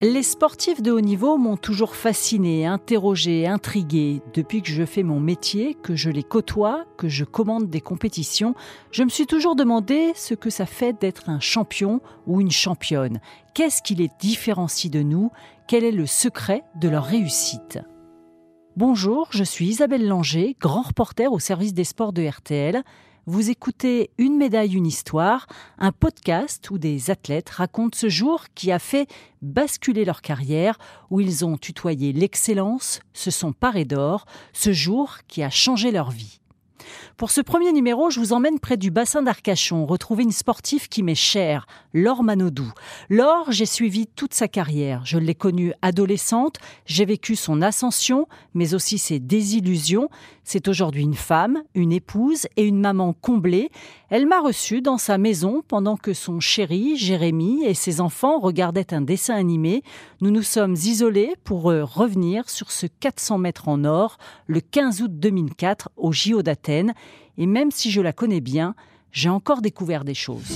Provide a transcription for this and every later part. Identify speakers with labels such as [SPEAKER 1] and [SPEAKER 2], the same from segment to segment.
[SPEAKER 1] Les sportifs de haut niveau m'ont toujours fasciné, interrogé, intrigué. Depuis que je fais mon métier, que je les côtoie, que je commande des compétitions, je me suis toujours demandé ce que ça fait d'être un champion ou une championne. Qu'est-ce qui les différencie de nous? Quel est le secret de leur réussite? Bonjour, je suis Isabelle Langer, grand reporter au service des sports de RTL. Vous écoutez Une médaille, une histoire, un podcast où des athlètes racontent ce jour qui a fait basculer leur carrière, où ils ont tutoyé l'excellence, se sont parés d'or, ce jour qui a changé leur vie. Pour ce premier numéro, je vous emmène près du bassin d'Arcachon, retrouver une sportive qui m'est chère, Laure Manodou. Laure, j'ai suivi toute sa carrière. Je l'ai connue adolescente, j'ai vécu son ascension, mais aussi ses désillusions. C'est aujourd'hui une femme, une épouse et une maman comblée. Elle m'a reçue dans sa maison pendant que son chéri, Jérémy, et ses enfants regardaient un dessin animé. Nous nous sommes isolés pour revenir sur ce 400 mètres en or, le 15 août 2004, au JO d'Athènes. Et même si je la connais bien, j'ai encore découvert des choses.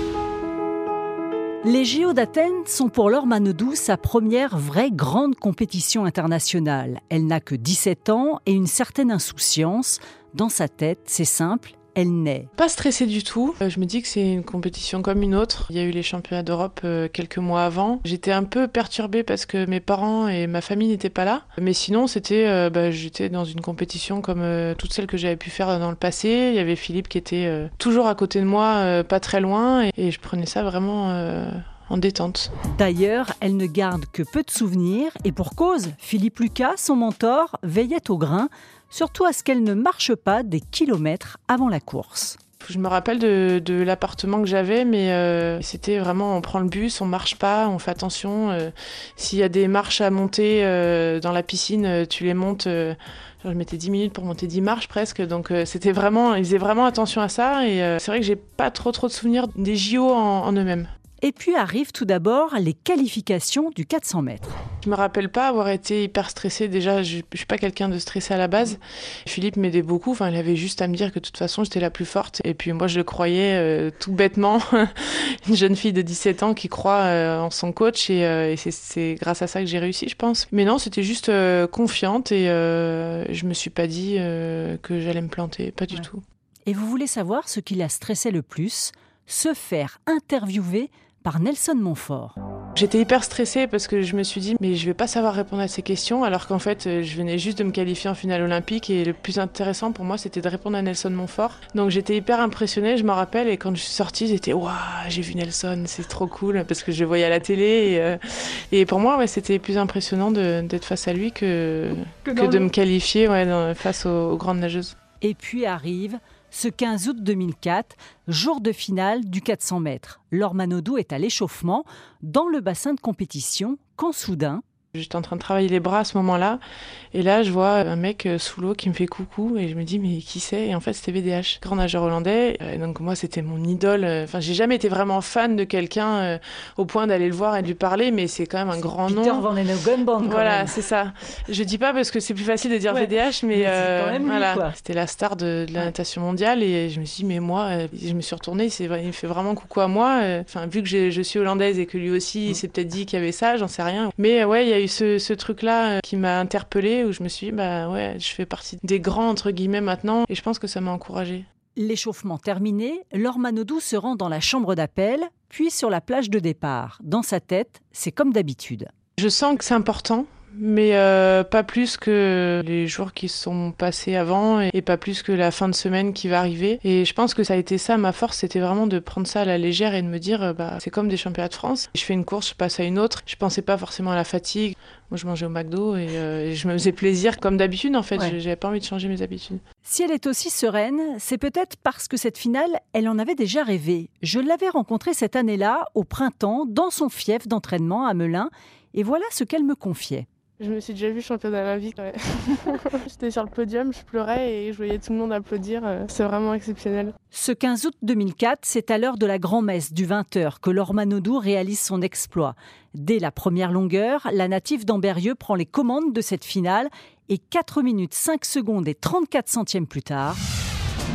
[SPEAKER 1] Les JO d'Athènes sont pour Laure Manodou sa première vraie grande compétition internationale. Elle n'a que 17 ans et une certaine insouciance. Dans sa tête, c'est simple, elle naît.
[SPEAKER 2] Pas stressée du tout. Je me dis que c'est une compétition comme une autre. Il y a eu les championnats d'Europe quelques mois avant. J'étais un peu perturbée parce que mes parents et ma famille n'étaient pas là. Mais sinon, j'étais dans une compétition comme toutes celles que j'avais pu faire dans le passé. Il y avait Philippe qui était toujours à côté de moi, pas très loin. Et je prenais ça vraiment en détente.
[SPEAKER 1] D'ailleurs, elle ne garde que peu de souvenirs. Et pour cause, Philippe Lucas, son mentor, veillait au grain, surtout à ce qu'elle ne marche pas des kilomètres avant la course.
[SPEAKER 2] Je me rappelle de l'appartement que j'avais, mais c'était vraiment on prend le bus, on marche pas, on fait attention. S'il y a des marches à monter dans la piscine, tu les montes. Je mettais 10 minutes pour monter 10 marches presque, donc ils faisaient vraiment attention à ça. Et c'est vrai que j'ai pas trop de souvenirs des JO en eux-mêmes.
[SPEAKER 1] Et puis arrivent tout d'abord les qualifications du 400 mètres.
[SPEAKER 2] Je me rappelle pas avoir été hyper stressée. Déjà, je suis pas quelqu'un de stressé à la base. Philippe m'aidait beaucoup. Enfin, il avait juste à me dire que de toute façon, j'étais la plus forte. Et puis moi, je le croyais tout bêtement. Une jeune fille de 17 ans qui croit en son coach. Et c'est grâce à ça que j'ai réussi, je pense. Mais non, c'était juste confiante. Et je me suis pas dit que j'allais me planter. Pas du tout.
[SPEAKER 1] Et vous voulez savoir ce qui la stressait le plus? Se faire interviewer par Nelson Montfort.
[SPEAKER 2] J'étais hyper stressée parce que je me suis dit mais je vais pas savoir répondre à ces questions alors qu'en fait je venais juste de me qualifier en finale olympique et le plus intéressant pour moi c'était de répondre à Nelson Montfort. Donc j'étais hyper impressionnée, je me rappelle, et quand je suis sortie j'étais waouh, j'ai vu Nelson, c'est trop cool parce que je le voyais à la télé et pour moi c'était plus impressionnant d'être face à lui que de me qualifier face aux grandes nageuses.
[SPEAKER 1] Et puis arrive ce 15 août 2004, jour de finale du 400 mètres. Laure Manodou est à l'échauffement dans le bassin de compétition quand soudain...
[SPEAKER 2] J'étais en train de travailler les bras à ce moment-là et là je vois un mec sous l'eau qui me fait coucou et je me dis mais qui c'est? Et en fait c'était VDH, grand nageur hollandais. Et donc moi c'était mon idole. Enfin j'ai jamais été vraiment fan de quelqu'un au point d'aller le voir et de lui parler, mais c'est quand même un grand nom.
[SPEAKER 1] Peter Van Enhogenband.
[SPEAKER 2] Voilà, c'est ça. Je dis pas parce que c'est plus facile de dire VDH, mais
[SPEAKER 1] quand même lui,
[SPEAKER 2] voilà,
[SPEAKER 1] quoi.
[SPEAKER 2] C'était la star de la natation mondiale et je me suis dit mais moi, je me suis retournée, il me fait vraiment coucou à moi. Enfin vu que je suis hollandaise et que lui aussi il s'est peut-être dit qu'il y avait ça, j'en sais rien. Mais ouais, il y a eu ce truc-là qui m'a interpellée où je me suis dit, je fais partie des grands, entre guillemets, maintenant, et je pense que ça m'a encouragée.
[SPEAKER 1] L'échauffement terminé, Laure Manodou se rend dans la chambre d'appel, puis sur la plage de départ. Dans sa tête, c'est comme d'habitude.
[SPEAKER 2] Je sens que c'est important, mais pas plus que les jours qui se sont passés avant et pas plus que la fin de semaine qui va arriver. Et je pense que ça a été ça, ma force, c'était vraiment de prendre ça à la légère et de me dire, c'est comme des championnats de France. Je fais une course, je passe à une autre. Je pensais pas forcément à la fatigue. Moi, je mangeais au McDo et je me faisais plaisir comme d'habitude, en fait. Ouais. J'avais pas envie de changer mes habitudes.
[SPEAKER 1] Si elle est aussi sereine, c'est peut-être parce que cette finale, elle en avait déjà rêvé. Je l'avais rencontrée cette année-là, au printemps, dans son fief d'entraînement à Melun. Et voilà ce qu'elle me confiait.
[SPEAKER 3] Je me suis déjà vue championne olympique. Ouais. J'étais sur le podium, je pleurais et je voyais tout le monde applaudir. C'est vraiment exceptionnel.
[SPEAKER 1] Ce 15 août 2004, c'est à l'heure de la grand-messe du 20h que Laure Manodou réalise son exploit. Dès la première longueur, la native d'Ambérieu prend les commandes de cette finale et 4 minutes 5 secondes et 34 centièmes plus tard...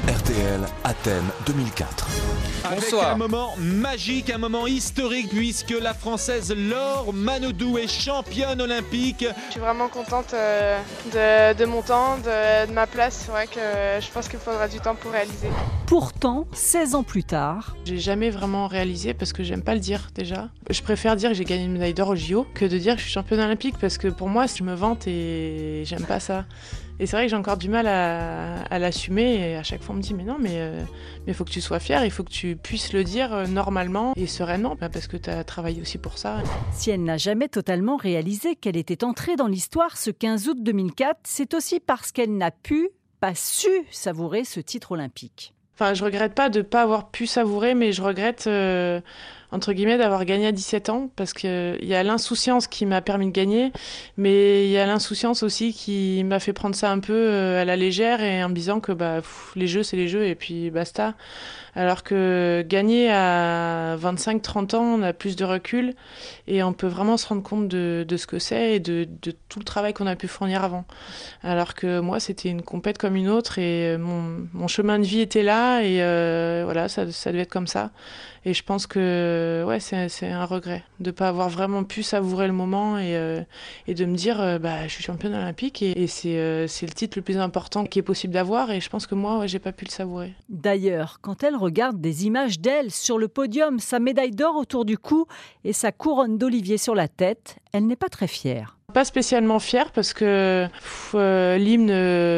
[SPEAKER 4] RTL, Athènes 2004.
[SPEAKER 5] Bonsoir.
[SPEAKER 6] Avec un moment magique, un moment historique, puisque la Française Laure Manodou est championne olympique.
[SPEAKER 3] Je suis vraiment contente de mon temps, de ma place. C'est vrai que je pense qu'il faudra du temps pour réaliser.
[SPEAKER 1] Pourtant, 16 ans plus tard,
[SPEAKER 2] J'ai jamais vraiment réalisé parce que j'aime pas le dire déjà. Je préfère dire que j'ai gagné une médaille d'or au JO que de dire que je suis championne olympique parce que pour moi, je me vante et j'aime pas ça. Et c'est vrai que j'ai encore du mal à l'assumer et à chaque fois on me dit mais non mais faut que tu sois fière, il faut que tu puisses le dire normalement et sereinement parce que tu as travaillé aussi pour ça.
[SPEAKER 1] si elle n'a jamais totalement réalisé qu'elle était entrée dans l'histoire ce 15 août 2004, c'est aussi parce qu'elle n'a pas su savourer ce titre olympique.
[SPEAKER 2] Enfin, je regrette pas de pas avoir pu savourer, mais je regrette, entre guillemets, d'avoir gagné à 17 ans, parce qu'il y a l'insouciance qui m'a permis de gagner, mais il y a l'insouciance aussi qui m'a fait prendre ça un peu à la légère et en me disant que les jeux, c'est les jeux, et puis basta. Alors que gagner à 25-30 ans, on a plus de recul, et on peut vraiment se rendre compte de ce que c'est et de tout le travail qu'on a pu fournir avant. Alors que moi, c'était une compète comme une autre, et mon chemin de vie était là, et voilà, ça devait être comme ça. Et je pense que ouais, c'est un regret de ne pas avoir vraiment pu savourer le moment et de me dire je suis championne olympique et c'est le titre le plus important qui est possible d'avoir et je pense que moi, j'ai pas pu le savourer.
[SPEAKER 1] D'ailleurs, quand elle regarde des images d'elle sur le podium, sa médaille d'or autour du cou et sa couronne d'olivier sur la tête, elle n'est pas très fière.
[SPEAKER 2] Pas spécialement fière parce que l'hymne,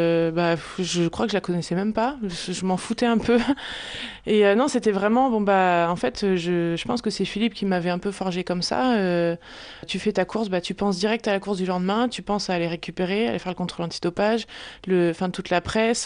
[SPEAKER 2] je crois que je la connaissais même pas. Je m'en foutais un peu. Et non, c'était vraiment en fait, je pense que c'est Philippe qui m'avait un peu forgé comme ça. Tu fais ta course, tu penses direct à la course du lendemain, tu penses à aller récupérer, aller faire le contrôle antidopage, toute la presse,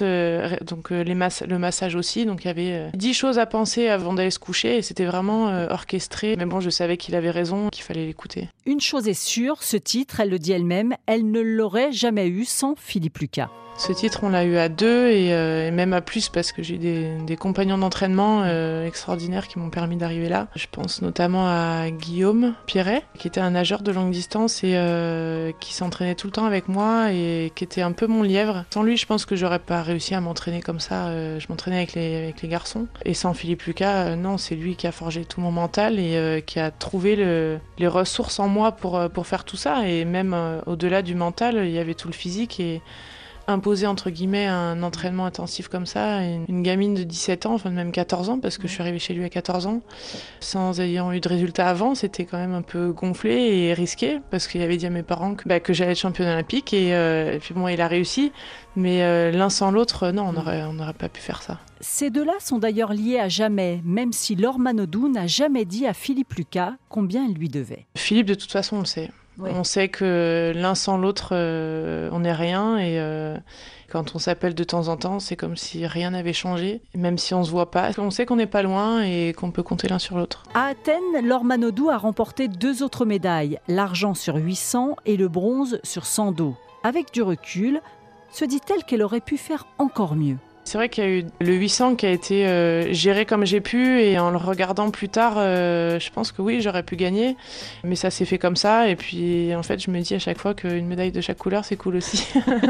[SPEAKER 2] le massage aussi. Donc il y avait 10 choses à penser avant d'aller se coucher et c'était vraiment orchestré. Mais bon, je savais qu'il avait raison, qu'il fallait l'écouter.
[SPEAKER 1] Une chose est sûre, ce titre, elle le dit elle-même, elle ne l'aurait jamais eu sans Philippe Lucas.
[SPEAKER 2] Ce titre, on l'a eu à 2 et même à plus parce que j'ai eu des compagnons d'entraînement extraordinaires qui m'ont permis d'arriver là. Je pense notamment à Guillaume Pierret, qui était un nageur de longue distance et qui s'entraînait tout le temps avec moi et qui était un peu mon lièvre. Sans lui, je pense que j'aurais pas réussi à m'entraîner comme ça. Je m'entraînais avec les garçons. Et sans Philippe Lucas, non, c'est lui qui a forgé tout mon mental et qui a trouvé les ressources en moi pour faire tout ça. Et même au-delà du mental, il y avait tout le physique et imposer entre guillemets un entraînement intensif comme ça, une gamine de 17 ans, enfin même 14 ans, parce que je suis arrivée chez lui à 14 ans, sans ayant eu de résultats avant, c'était quand même un peu gonflé et risqué, parce qu'il avait dit à mes parents que j'allais être championne olympique, et puis bon, il a réussi, mais l'un sans l'autre, non, on n'aurait pas pu faire ça.
[SPEAKER 1] Ces deux-là sont d'ailleurs liés à jamais, même si Laure Manodou n'a jamais dit à Philippe Lucas combien elle lui devait.
[SPEAKER 2] Philippe, de toute façon, on le sait. Oui. On sait que l'un sans l'autre, on n'est rien et quand on s'appelle de temps en temps, c'est comme si rien n'avait changé, même si on se voit pas. On sait qu'on n'est pas loin et qu'on peut compter l'un sur l'autre.
[SPEAKER 1] À Athènes, Laure Manodou a remporté 2 autres médailles, l'argent sur 800 et le bronze sur 100 dos. Avec du recul, se dit-elle qu'elle aurait pu faire encore mieux.
[SPEAKER 2] C'est vrai qu'il y a eu le 800 qui a été géré comme j'ai pu et en le regardant plus tard, je pense que oui, j'aurais pu gagner. Mais ça s'est fait comme ça et puis en fait, je me dis à chaque fois qu'une médaille de chaque couleur, c'est cool aussi.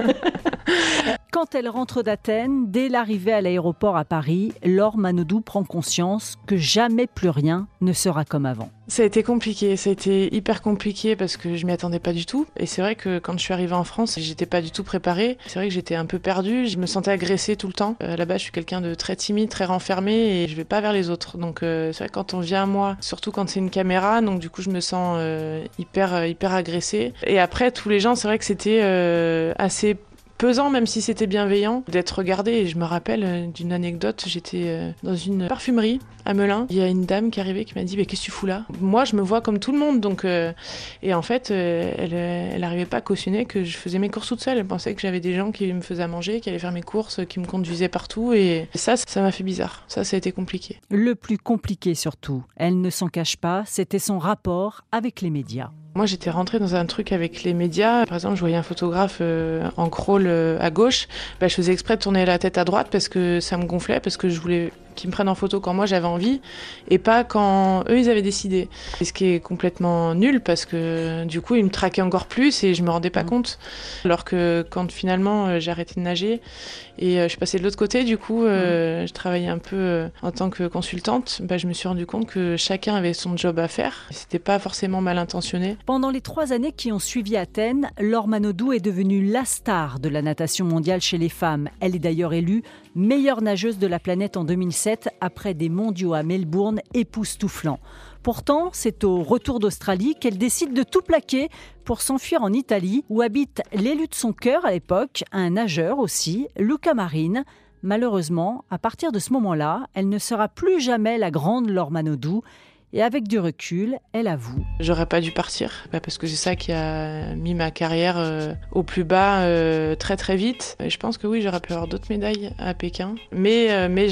[SPEAKER 1] Quand elle rentre d'Athènes, dès l'arrivée à l'aéroport à Paris, Laure Manodou prend conscience que jamais plus rien ne sera comme avant.
[SPEAKER 2] Ça a été compliqué, ça a été hyper compliqué parce que je m'y attendais pas du tout. Et c'est vrai que quand je suis arrivée en France, j'étais pas du tout préparée. C'est vrai que j'étais un peu perdue, je me sentais agressée tout le temps. Là-bas, je suis quelqu'un de très timide, très renfermé et je vais pas vers les autres. Donc c'est vrai que quand on vient à moi, surtout quand c'est une caméra, donc du coup je me sens hyper agressée. Et après, tous les gens, c'est vrai que c'était assez pesant, même si c'était bienveillant, d'être regardée. Et je me rappelle d'une anecdote, j'étais dans une parfumerie à Melun. Il y a une dame qui est arrivée qui m'a dit « Qu'est-ce que tu fous là ?» Moi, je me vois comme tout le monde. Donc, et en fait, elle n'arrivait pas à cautionner que je faisais mes courses toute seule. Elle pensait que j'avais des gens qui me faisaient à manger, qui allaient faire mes courses, qui me conduisaient partout. Et ça m'a fait bizarre. Ça a été compliqué.
[SPEAKER 1] Le plus compliqué surtout, elle ne s'en cache pas, c'était son rapport avec les médias.
[SPEAKER 2] Moi, j'étais rentrée dans un truc avec les médias. Par exemple, je voyais un photographe en crawl à gauche. Je faisais exprès de tourner la tête à droite parce que ça me gonflait, parce que je voulais qu'ils me prennent en photo quand moi j'avais envie et pas quand eux ils avaient décidé. Et ce qui est complètement nul parce que du coup ils me traquaient encore plus et je me rendais pas compte. Alors que quand finalement j'ai arrêté de nager et je suis passée de l'autre côté, du coup je travaillais un peu en tant que consultante, je me suis rendu compte que chacun avait son job à faire. C'était pas forcément mal intentionné.
[SPEAKER 1] Pendant les 3 années qui ont suivi Athènes, Laure Manodou est devenue la star de la natation mondiale chez les femmes. Elle est d'ailleurs élue meilleure nageuse de la planète en 2007 après des mondiaux à Melbourne époustouflants. Pourtant, c'est au retour d'Australie qu'elle décide de tout plaquer pour s'enfuir en Italie, où habite l'élu de son cœur à l'époque, un nageur aussi, Luca Marin. Malheureusement, à partir de ce moment-là, elle ne sera plus jamais la grande Laure Manodou. Et avec du recul, elle avoue.
[SPEAKER 2] J'aurais pas dû partir, parce que c'est ça qui a mis ma carrière au plus bas très très vite. Et je pense que oui, j'aurais pu avoir d'autres médailles à Pékin. Mais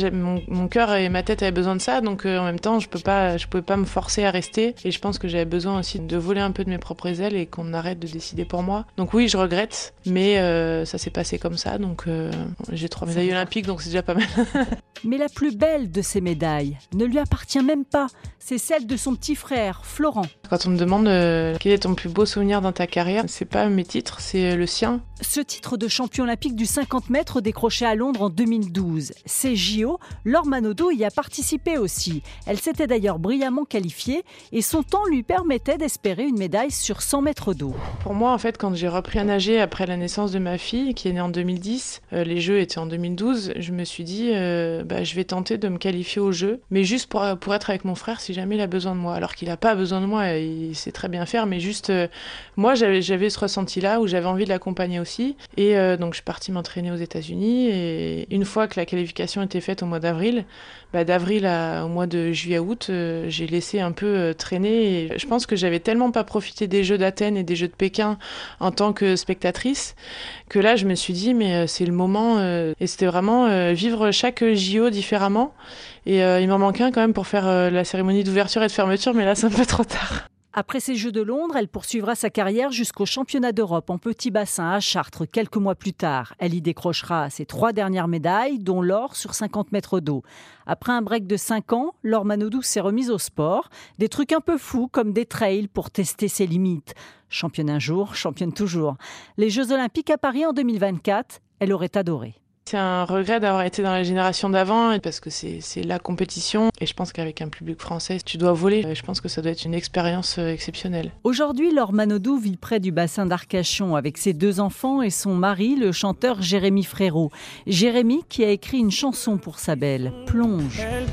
[SPEAKER 2] mon cœur et ma tête avaient besoin de ça, donc en même temps, je pouvais pas me forcer à rester. Et je pense que j'avais besoin aussi de voler un peu de mes propres ailes et qu'on arrête de décider pour moi. Donc oui, je regrette, mais ça s'est passé comme ça. Donc j'ai 3 médailles olympiques, donc c'est déjà pas mal.
[SPEAKER 1] Mais la plus belle de ces médailles ne lui appartient même pas. C'est celle de son petit frère, Florent.
[SPEAKER 2] Quand on me demande quel est ton plus beau souvenir dans ta carrière, c'est pas mes titres, c'est le sien.
[SPEAKER 1] Ce titre de champion olympique du 50 mètres décroché à Londres en 2012. Ces JO, Laure Manodou y a participé aussi. Elle s'était d'ailleurs brillamment qualifiée et son temps lui permettait d'espérer une médaille sur 100 mètres d'eau.
[SPEAKER 2] Pour moi, en fait, quand j'ai repris à nager après la naissance de ma fille, qui est née en 2010, les Jeux étaient en 2012, je me suis dit, je vais tenter de me qualifier aux Jeux, mais juste pour être avec mon frère si jamais il a besoin de moi. Alors qu'il n'a pas besoin de moi, il sait très bien faire, mais juste, moi, j'avais ce ressenti-là où j'avais envie de l'accompagner aussi. Et donc, je suis partie m'entraîner aux États-Unis. Et une fois que la qualification était faite au mois d'avril, d'avril au mois de juillet-août, j'ai laissé un peu traîner. Et je pense que j'avais tellement pas profité des Jeux d'Athènes et des Jeux de Pékin en tant que spectatrice que là, je me suis dit, mais c'est le moment. Et c'était vraiment vivre chaque JO différemment. Et il m'en manquait un quand même pour faire la cérémonie d'ouverture et de fermeture, mais là, c'est un peu trop tard.
[SPEAKER 1] Après ces Jeux de Londres, elle poursuivra sa carrière jusqu'au championnat d'Europe en petit bassin à Chartres quelques mois plus tard. Elle y décrochera ses 3 dernières médailles, dont l'or sur 50 mètres d'eau. Après un break de 5 ans, Laure Manodou s'est remise au sport. Des trucs un peu fous comme des trails pour tester ses limites. Championne un jour, championne toujours. Les Jeux Olympiques à Paris en 2024, elle aurait adoré.
[SPEAKER 2] C'est un regret d'avoir été dans la génération d'avant parce que c'est la compétition et je pense qu'avec un public français, tu dois voler. Je pense que ça doit être une expérience exceptionnelle.
[SPEAKER 1] Aujourd'hui, Laure Manodou vit près du bassin d'Arcachon avec ses 2 enfants et son mari, le chanteur Jérémy Frérot. Jérémy qui a écrit une chanson pour sa belle, Plonge.
[SPEAKER 5] Elle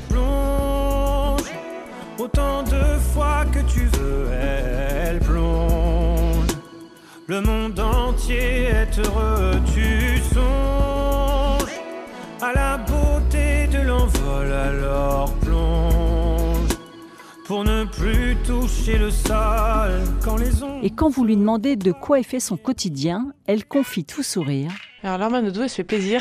[SPEAKER 5] plonge autant de fois que tu veux, elle plonge. Le monde entier est heureux, tu songes à la beauté de l'envol, alors plonge pour ne plus toucher le sol quand les ondes...
[SPEAKER 1] Et quand vous lui demandez de quoi est fait son quotidien, elle confie tout sourire.
[SPEAKER 2] Alors Laure Manodou, elle se fait plaisir.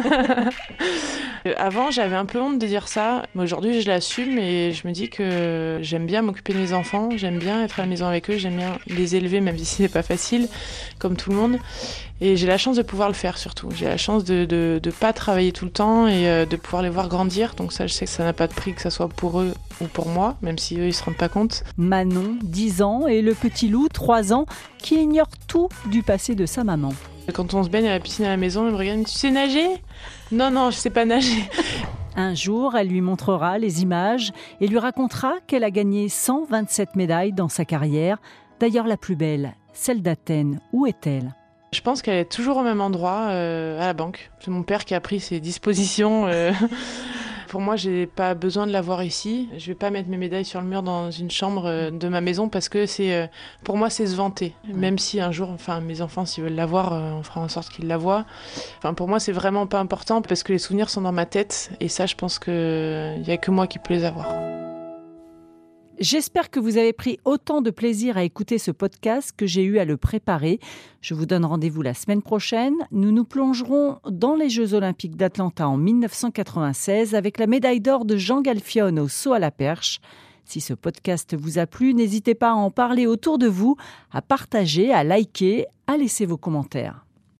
[SPEAKER 2] Avant, j'avais un peu honte de dire ça. Mais aujourd'hui, je l'assume et je me dis que j'aime bien m'occuper de mes enfants, j'aime bien être à la maison avec eux, j'aime bien les élever, même si c'est pas facile, comme tout le monde. Et j'ai la chance de pouvoir le faire surtout. J'ai la chance de pas travailler tout le temps et de pouvoir les voir grandir. Donc ça, je sais que ça n'a pas de prix, que ça soit pour eux ou pour moi, même si eux, ils se rendent pas compte.
[SPEAKER 1] Manon, 10 ans, et le petit Lou, 3 ans, qui ignore tout du passé de sa maman.
[SPEAKER 2] Quand on se baigne à la piscine à la maison, elle me regarde, tu sais nager ? Non, je sais pas nager.
[SPEAKER 1] Un jour, elle lui montrera les images et lui racontera qu'elle a gagné 127 médailles dans sa carrière. D'ailleurs, la plus belle, celle d'Athènes. Où est-elle ?
[SPEAKER 2] Je pense qu'elle est toujours au même endroit, à la banque. C'est mon père qui a pris ses dispositions. Pour moi, j'ai pas besoin de la voir ici. Je vais pas mettre mes médailles sur le mur dans une chambre de ma maison parce que pour moi, c'est se vanter. Même si un jour, mes enfants, s'ils veulent la voir, on fera en sorte qu'ils la voient. Pour moi, c'est vraiment pas important parce que les souvenirs sont dans ma tête et ça, je pense qu'il y a que moi qui peux les avoir.
[SPEAKER 1] J'espère que vous avez pris autant de plaisir à écouter ce podcast que j'ai eu à le préparer. Je vous donne rendez-vous la semaine prochaine. Nous nous plongerons dans les Jeux Olympiques d'Atlanta en 1996 avec la médaille d'or de Jean Galfione au saut à la perche. Si ce podcast vous a plu, n'hésitez pas à en parler autour de vous, à partager, à liker, à laisser vos commentaires.